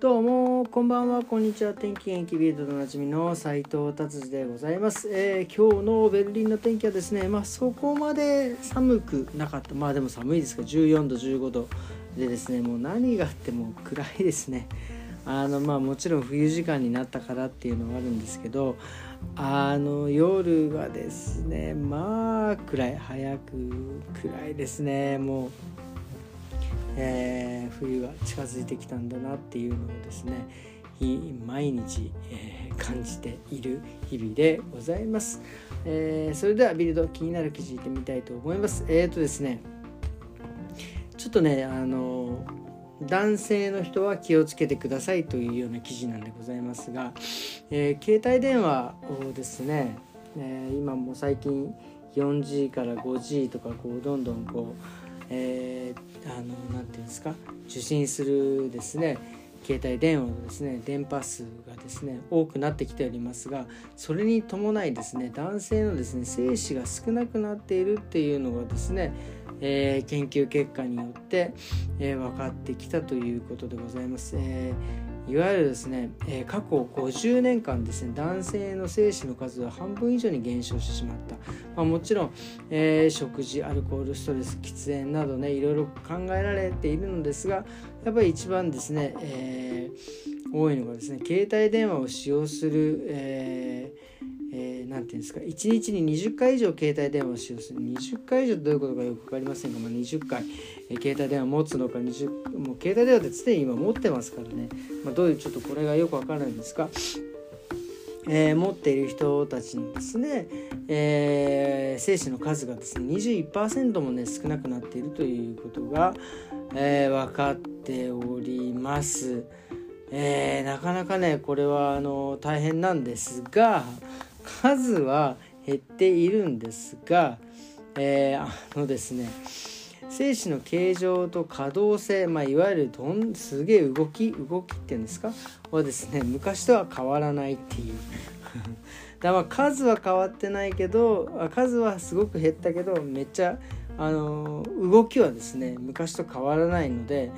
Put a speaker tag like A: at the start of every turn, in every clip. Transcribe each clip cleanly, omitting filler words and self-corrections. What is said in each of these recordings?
A: どうもこんばんは、こんにちは。天気元気ビルドでおなじみの斉藤達治でございます。今日のベルリンの天気はですね、そこまで寒くなかった。でも寒いですが14度15度でですね、もう何があっても暗いですね。もちろん冬時間になったからっていうのはあるんですけど、夜がですね暗い、早く暗いですね。もう冬が近づいてきたんだなっていうのをですね毎日、感じている日々でございます。それではビルド気になる記事いってみたいと思います。ですねちょっとね男性の人は気をつけてくださいというような記事なんでございますが、携帯電話をですね、今もう最近 4G から 5G とかどんどんなんていうんですか、受信するですね携帯電話のですね電波数がですね多くなってきておりますが、それに伴いですね男性のですね精子が少なくなっているっていうのがですね、研究結果によって、分かってきたということでございます。いわゆるですね、過去50年間ですね男性の精子の数は半分以上に減少してしまった。もちろん、食事、アルコール、ストレス、喫煙などねいろいろ考えられているのですが、やっぱり一番ですね、多いのがですね携帯電話を使用する、なんていうんですか、1日に20回以上携帯電話を使用する。20回以上どういうことかよく分かりませんが、20回、携帯電話を持つのか、もう携帯電話って常に今持ってますからね、どういうちょっとこれがよく分からないんですが、持っている人たちのですね、精子の数がですね 21% もね少なくなっているということが、分かっております。なかなかねこれは大変なんですが、数は減っているんですが、ですね精子の形状と可動性、いわゆるすげえ動きっていうんですかはですね昔とは変わらないっていうだ数は変わってないけど、数はすごく減ったけどめっちゃ動きはですね昔と変わらないので、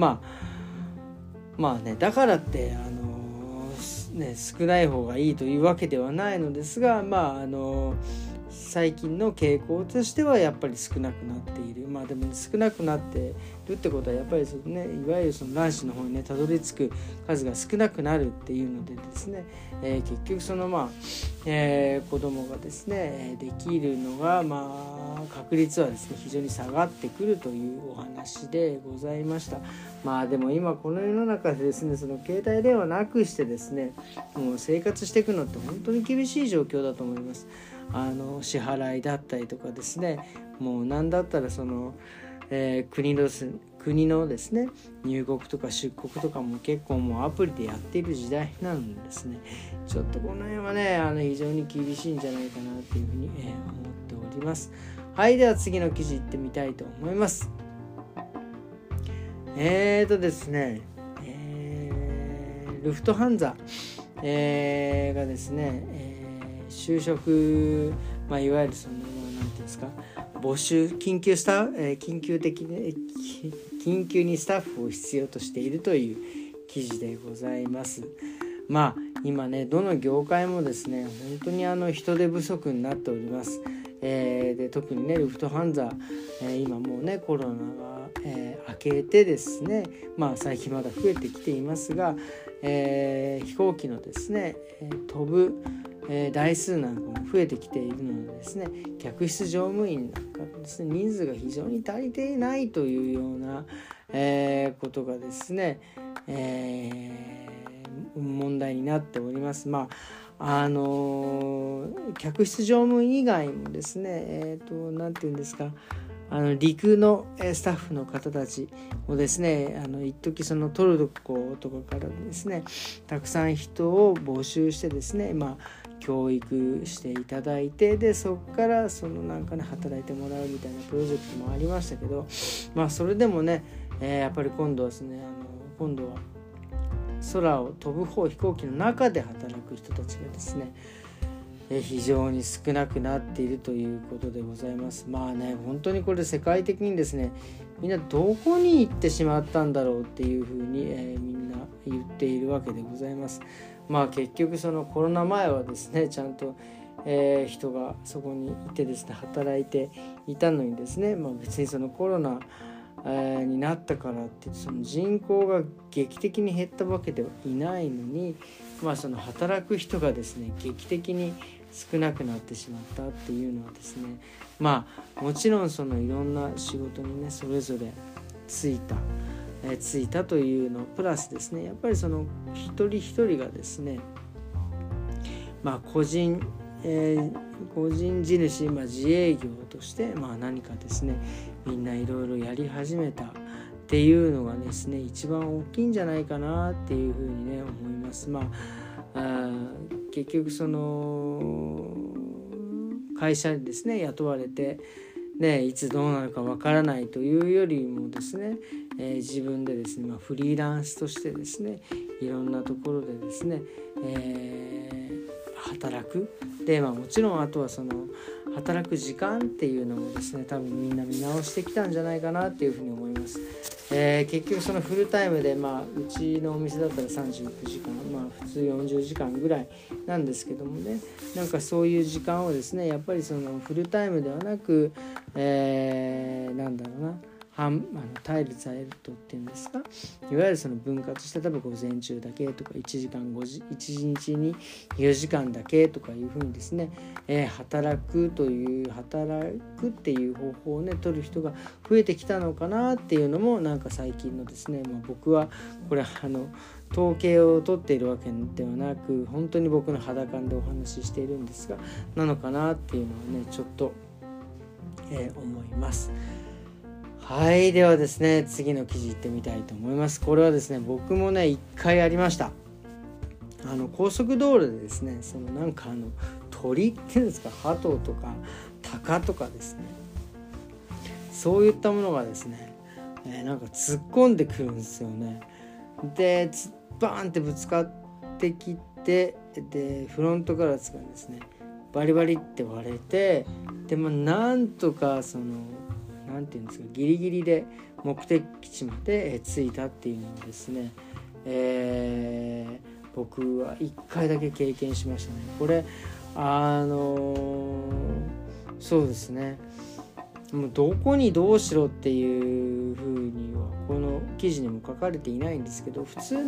A: だからって少ない方がいいというわけではないのですが、最近の傾向としてはやっぱり少なくなっている。でも少なくなってるってことはやっぱりいわゆるその卵子の方にねたどり着く数が少なくなるっていうのでですね、結局その子供がですねできるのが確率はですね非常に下がってくるというお話でございました。でも今この世の中でですねその携帯電話なくしてですねもう生活していくのって本当に厳しい状況だと思います。支払いだったりとかですね、もう何だったらその、国のですね入国とか出国とかも結構もうアプリでやっている時代なんですね。ちょっとこの辺はね非常に厳しいんじゃないかなというふうに、思っております。はい、では次の記事いってみたいと思います。ですね、ルフトハンザ、がですね、就職、いわゆるそのなんていうんですか募集緊急にスタッフを必要としているという記事でございます。今ねどの業界もですね本当に人手不足になっております。で特にねルフトハンザ、今もうねコロナが、明けてですね最近まだ増えてきていますが、飛行機のですね、飛ぶ台数なんかも増えてきているのでですね客室乗務員なんかですね人数が非常に足りていないというような、ことがですね、問題になっております。客室乗務員以外もですねなんていうんですか陸のスタッフの方たちをですね一時そのトルコとかからですねたくさん人を募集してですね教育していただいて、でそこからその働いてもらうみたいなプロジェクトもありましたけど、それでもね、やっぱり今度はですね今度は空を飛ぶ飛行機の中で働く人たちがですね非常に少なくなっているということでございます。まあね、本当にこれ世界的にですね、みんなどこに行ってしまったんだろうっていうふうに、みんな言っているわけでございます。まあ結局そのコロナ前はですね、ちゃんと、人がそこにいてですね、働いていたのにですね、別にそのコロナになったからってその人口が劇的に減ったわけではいないのに、その働く人がですね劇的に少なくなってしまったっていうのはですね、もちろんそのいろんな仕事にねそれぞれついたというのプラスですね、やっぱりその一人一人がですね、個人地主、自営業として何かですねみんないろいろやり始めたっていうのがですね一番大きいんじゃないかなっていうふうにね思います。結局その会社にですね雇われていつどうなるかわからないというよりもですね、自分でですね、フリーランスとしてですねいろんなところでですね、働くで、もちろんあとはその働く時間っていうのもですね多分みんな見直してきたんじゃないかなっていうふうに思います。結局そのフルタイムで、うちのお店だったら39時間、普通40時間ぐらいなんですけどもね、なんかそういう時間をですねやっぱりそのフルタイムではなく、タイルザイルトっていうんですか、いわゆるその分割して例えば午前中だけとか1日に4時間だけとかいうふうにですね、働くっていう方法をね取る人が増えてきたのかなっていうのもなんか最近のですね、僕はこれ統計を取っているわけではなく本当に僕の肌感でお話ししているんですがなのかなっていうのはねちょっと、思います。はい、ではですね次の記事いってみたいと思います。これはですね僕もね1回ありました。高速道路でですねその鳥っていうんですか、鳩とか鷹とかですねそういったものがですね、突っ込んでくるんですよね。でバーンってぶつかってきて、でフロントガラスがですねバリバリって割れて、でなんとかそのなんていうんですかギリギリで目的地まで着いたっていうのをですね、僕は1回だけ経験しましたね。これそうですね、もうどこにどうしろっていう風にはこの記事にも書かれていないんですけど、普通そ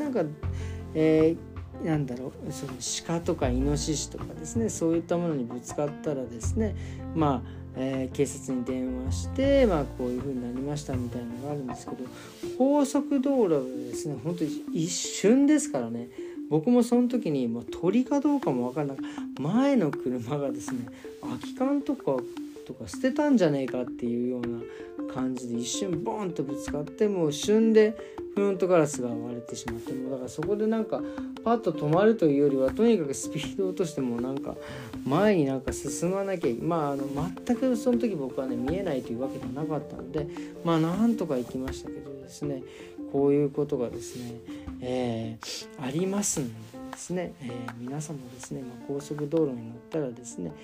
A: の鹿とかイノシシとかですねそういったものにぶつかったらですね警察に電話して、こういう風になりましたみたいなのがあるんですけど、高速道路でですね本当に一瞬ですからね、僕もその時に鳥かどうかも分からなく前の車がですね空き缶とか捨てたんじゃねえかっていうような感じで一瞬ボーンとぶつかって、もう瞬でフロントガラスが割れてしまって、もうだからそこでパッと止まるというよりはとにかくスピードを落としても前に進まなきゃ全くその時僕はね見えないというわけではなかったのでなんとか行きましたけどですね、こういうことがですね、ありますのでですね、皆さんもですね、高速道路に乗ったらですね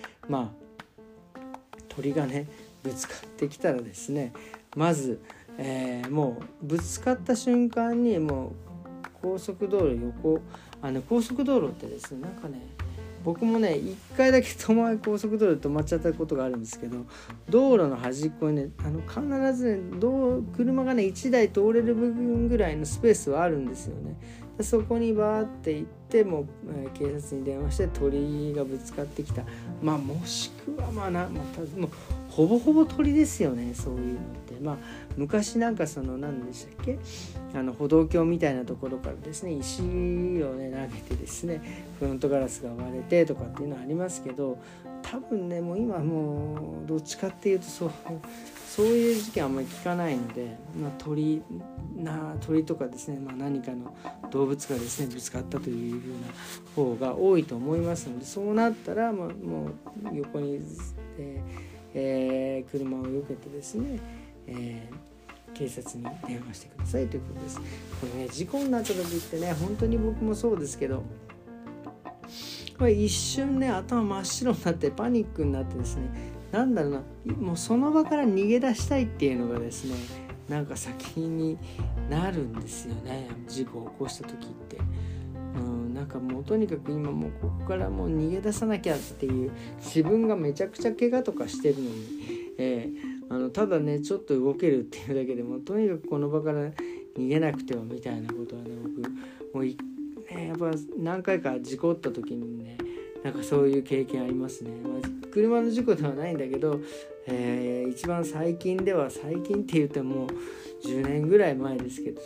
A: 鳥がねぶつかってきたらですねまず、もうぶつかった瞬間にもう高速道路高速道路ってですね僕もね1回だけ高速道路で止まっちゃったことがあるんですけど、道路の端っこにね必ずね車がね1台通れる部分ぐらいのスペースはあるんですよね。でそこにバーって行ってもう、警察に電話して鳥がぶつかってきた、もしくはもうほぼほぼ鳥ですよね、そういうのって。昔何でしたっけ歩道橋みたいなところからですね石をね投げてですねフロントガラスが割れてとかっていうのはありますけど、多分ねもう今もうどっちかっていうとそういう事件はあんまり聞かないので、鳥とかですね、何かの動物がですねぶつかったというふうな方が多いと思いますので、そうなったらもう横に、車を避けてですね、警察に電話してくださいということです。これね事故になった時ってね本当に僕もそうですけど一瞬ね頭真っ白になってパニックになってですね、なんだろうな、もうその場から逃げ出したいっていうのがですね、なんか先になるんですよね、事故を起こした時って。なんかもうとにかく今もうここからもう逃げ出さなきゃっていう、自分がめちゃくちゃ怪我とかしてるのに、ただねちょっと動けるっていうだけでもとにかくこの場から逃げなくてはみたいなことはね、僕もうやっぱ何回か事故った時にね、なんかそういう経験ありますね。車の事故ではないんだけど、一番最近って言っても10年ぐらい前ですけど、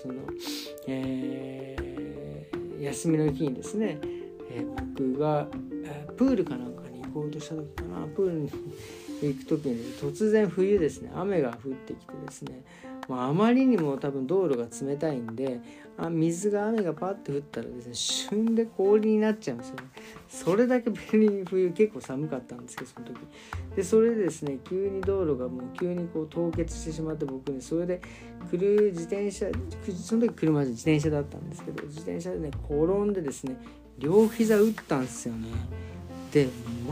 A: 休みの日にですね、僕がプールかなんかに行こうとした時かな、プールに行く時に突然冬ですね、雨が降ってきてですね、あまりにも多分道路が冷たいんで、雨がパッと降ったらですね、旬で氷になっちゃうんですよね。それだけベルリン冬結構寒かったんですけど、その時で、それでですね、急に道路がもう急にこう凍結してしまって、僕ねそれで自転車、その時車で自転車だったんですけど、自転車でね転んでですね、両膝打ったんですよね。で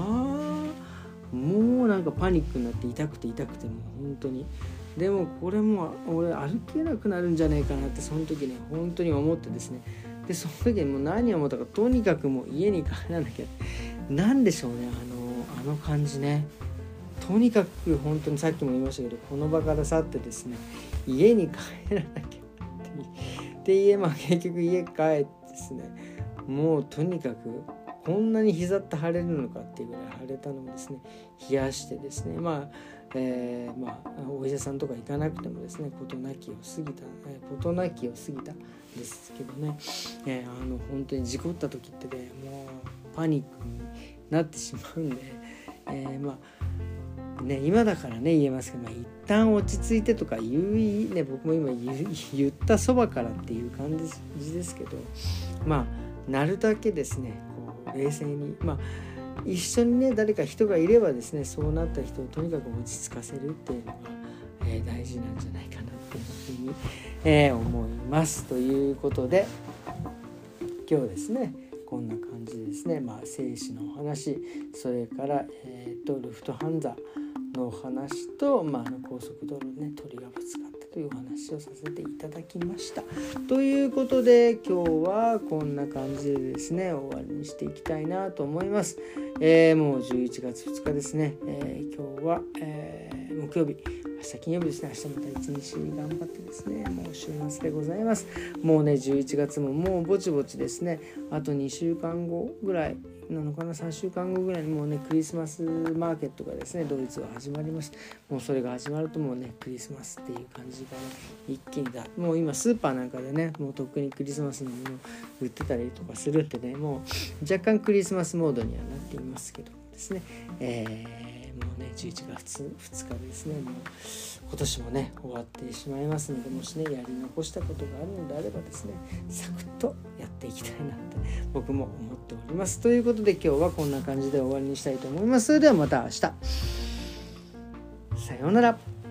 A: もうなんかパニックになって痛くてもう本当に、でもこれもう俺歩けなくなるんじゃないかなってその時ね本当に思ってですね、でその時にもう何を思ったか、とにかくもう家に帰らなきゃ、なんでしょうね、あの感じね、とにかく本当にさっきも言いましたけど、この場から去ってですね、家に帰らなきゃって結局家帰ってですね、もうとにかくこんなに膝って腫れるのかっていうぐらい腫れたのをですね冷やしてですね、お医者さんとか行かなくてもですね事なきを過ぎたんですけどね、本当に事故った時ってね、もうパニックになってしまうんで、今だからね言えますけど、一旦落ち着いてとか僕も今言ったそばからっていう感じですけど、なるだけですねこう冷静に、一緒にね誰か人がいればですね、そうなった人をとにかく落ち着かせるっていうのが、大事なんじゃないかなっていうふうに、思います。ということで今日ですねこんな感じでですね、生死のお話、それから、ルフトハンザのお話と、高速道路でね鳥がぶつかったというお話をさせていただきました。ということで今日はこんな感じでですね終わりにしていきたいなと思います。もう11月2日ですね、今日は、木曜日、明日金曜日ですね。明日また一日頑張ってですね、もう週末でございます。もうね11月ももうぼちぼちですね、あと2週間後ぐらいなのかな、3週間後ぐらいにもうねクリスマスマーケットがですねドイツは始まります。もうそれが始まるともうねクリスマスっていう感じがね一気にもう今スーパーなんかでねもうとっくにクリスマスのもの売ってたりとかするんでね、もう若干クリスマスモードにはなっていますけどですね、もうね11月2日ですね、もう今年もね終わってしまいますので、もしねやり残したことがあるのであればですねサクッとやっていきたいなって僕も思っております。ということで今日はこんな感じで終わりにしたいと思います。それではまた明日、さようなら。